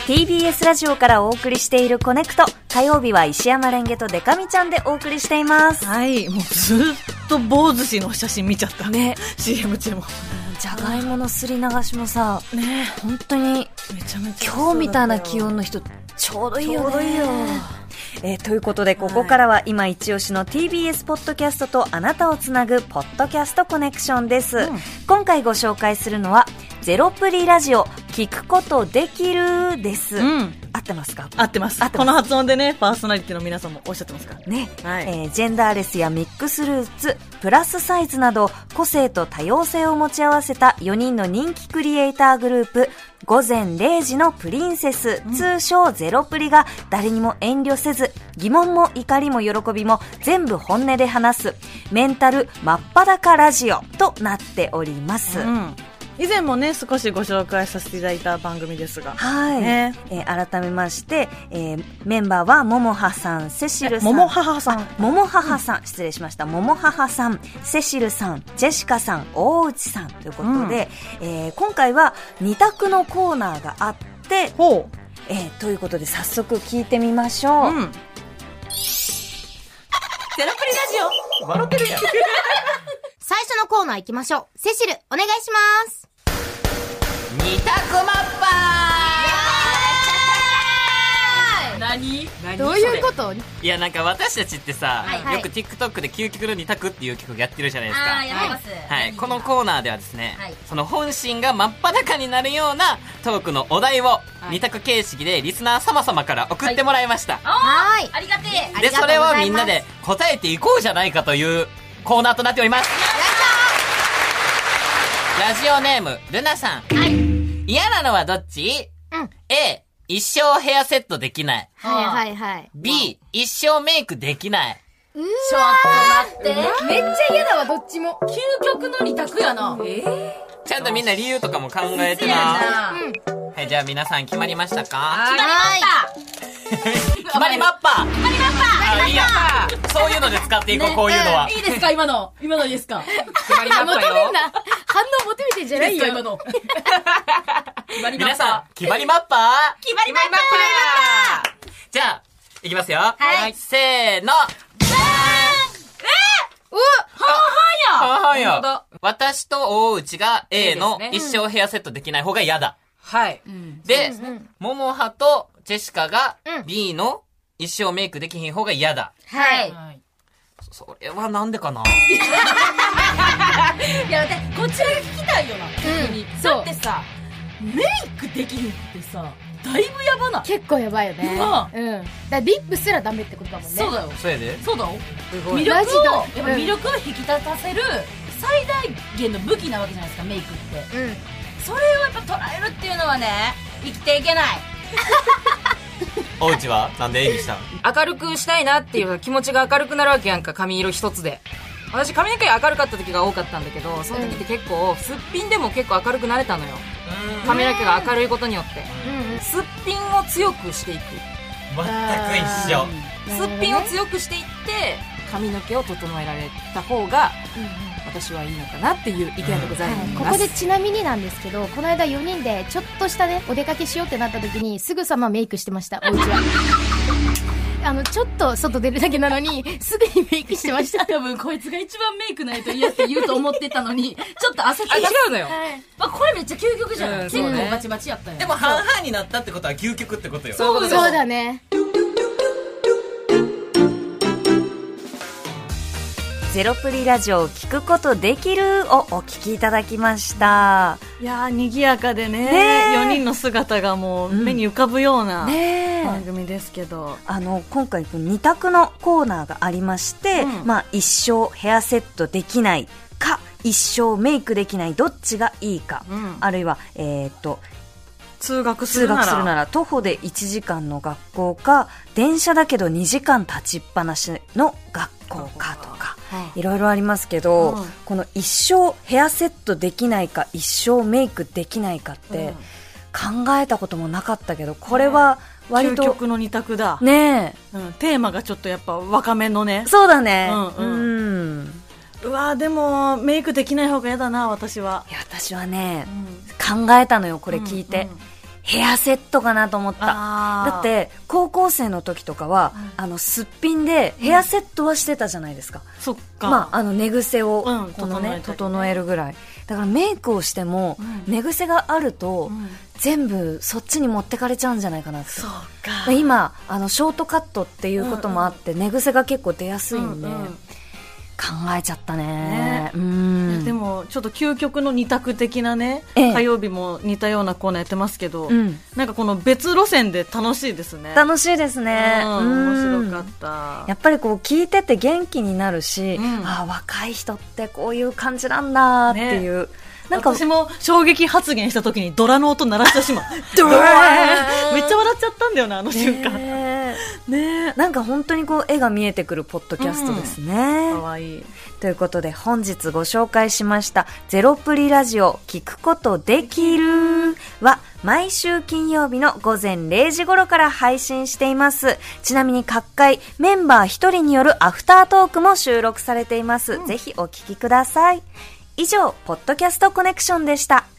TBS ラジオからお送りしているコネクト、火曜日は石山レンゲとデカミちゃんでお送りしています。 はい、もうずっと棒寿司の写真見ちゃったね。CM 中もじゃがいものすり流しもさ、 ね、 本当にめちゃめちゃ今日みたいな気温の人ちょうどいいよね。 ちょうどいいよ。 ということで、ここからは今一押しの TBS ポッドキャストとあなたをつなぐポッドキャストコネクションです、今回ご紹介するのはゼロプリラジオ聞くことできるです、合ってますか？ 合ってます。この発音でね、パーソナリティの皆さんもおっしゃってますからね、 はい。 ジェンダーレスやミックスルーツ、プラスサイズなど個性と多様性を持ち合わせた4人の人気クリエイターグループ、午前0時のプリンセス、通称ゼロプリが誰にも遠慮せず、疑問も怒りも喜びも全部本音で話すメンタル真っ裸ラジオとなっております、 以前もね少しご紹介させていただいた番組ですが、 はい、 ね、 改めまして、メンバーはももはさん、セシルさん、 ももははさん、 失礼しました。ももははさん、セシルさん、ジェシカさん、大内さんということで、今回は2択のコーナーがあって、ということで早速聞いてみましょう。ゼロプリラジオ笑ってるやん。 最初のコーナー行きましょう。セシル、お願いします。 二択マッパー。何どういうこと？ いや、なんか私たちってさ、 はいよく TikTok で究極の二択っていう曲やってるじゃないですか。 やってます。 はい、このコーナーではですね、 はい、 その本心が真っ裸になるようなトークのお題を二択形式でリスナー様々から送ってもらいました。 はい。 ありがてえ。 で、それをみんなで答えていこうじゃないかというコーナーとなっております。ラジオネームルナさん、嫌なのはどっち？ A 一生ヘアセットできない、 はい。 B 一生メイクできない。 ちょっと待って。 めっちゃ嫌だわ、どっちも。 究極の二択やな。 ちゃんとみんな理由とかも考えてな。はい、じゃあ皆さん決まりましたか？決まりマッパー。いいや、そういうので使っていこう、こういうのは。 いいですか、今のいいですか？ 決まりマッパーよ。 反応求めてんじゃないよ。 今の。 皆さん、決まりマッパー。 決まりマッパー。 じゃあ、いきますよ。 はい。 せーの。 半々や。 私と大内が A の一生ヘアセットできない方が嫌だ。 はい。 で、ももはとジェシカが B の一生メイクできひん方が嫌だ。 はい。 それはなんでかな。 いや、こっちらが聞きたいよな。逆に。だってさ、メイクできひんってさ、だいぶやばない？ 結構やばいよね。だからリップすらダメってことだもんね。 そうだよ。 そうやで。 そうだよ。 すごい。 やっぱ魅力を引き立たせる最大限の武器なわけじゃないですか、メイクって。それをやっぱ捉えるっていうのはね、生きていけない。 おうちはなんで A にしたの？ 明るくしたいなっていう気持ちが明るくなるわけやんか、髪色一つで。私髪の毛明るかった時が多かったんだけど、その時って結構すっぴんでも結構明るくなれたのよ。髪の毛が明るいことによって、すっぴんを強くしていく。 全く一緒。 すっぴんを強くしていって髪の毛を整えられた方が私はいいのかなっていう意見でございます、 ここでちなみになんですけど、この間4人でちょっとしたねお出かけしようってなった時にすぐさまメイクしてました。お家はちょっと外出るだけなのにすぐにメイクしてました。 多分こいつが一番メイクないと嫌って言うと思ってたのにちょっと焦って違うのよ、 これめっちゃ究極じゃん、結構バチバチやったよ。 でも半々になったってことは究極ってことよ。 そうだね。 ゼロプリラジオ聞くことできるをお聞きいただきました。 いやー、賑やかでね、4人の姿がもう目に浮かぶような番組ですけど、 今回2択のコーナーがありまして、一生ヘアセットできないか一生メイクできない、どっちがいいか、あるいは通学するなら徒歩で1時間の学校か、電車だけど2時間立ちっぱなしの学校かとか、いろいろありますけど、この一生ヘアセットできないか一生メイクできないかって考えたこともなかったけど、これは割と究極の二択だね。 テーマがちょっとやっぱ若めのね。 そうだね。 うわでもメイクできない方が嫌だな、私は。 いや、私はね、考えたのよ、これ聞いて。 ヘアセットかなと思った。だって、高校生の時とかは、すっぴんでヘアセットはしてたじゃないですか。 そっか。 寝癖を、整えるぐらい。だからメイクをしても、寝癖があると、全部そっちに持ってかれちゃうんじゃないかなって。 そうか。 今、ショートカットっていうこともあって、寝癖が結構出やすいんで、考えちゃったね。 でもちょっと究極の二択的なね、火曜日も似たようなコーナーやってますけど、なんかこの別路線で楽しいですね。 楽しいですね。 面白かった。 やっぱりこう聞いてて元気になるし、若い人ってこういう感じなんだっていう。 なんか私も衝撃発言した時にドラの音鳴らしてしまう。めっちゃ笑っちゃったんだよな、あの瞬間。ね、 なんか本当にこう絵が見えてくるポッドキャストですね。 かわいい。 ということで本日ご紹介しましたゼロプリラジオ聞くことできるは毎週金曜日の午前0時頃から配信しています。ちなみに各回メンバー1人によるアフタートークも収録されています。ぜひお聞きください。以上、ポッドキャストコネクションでした。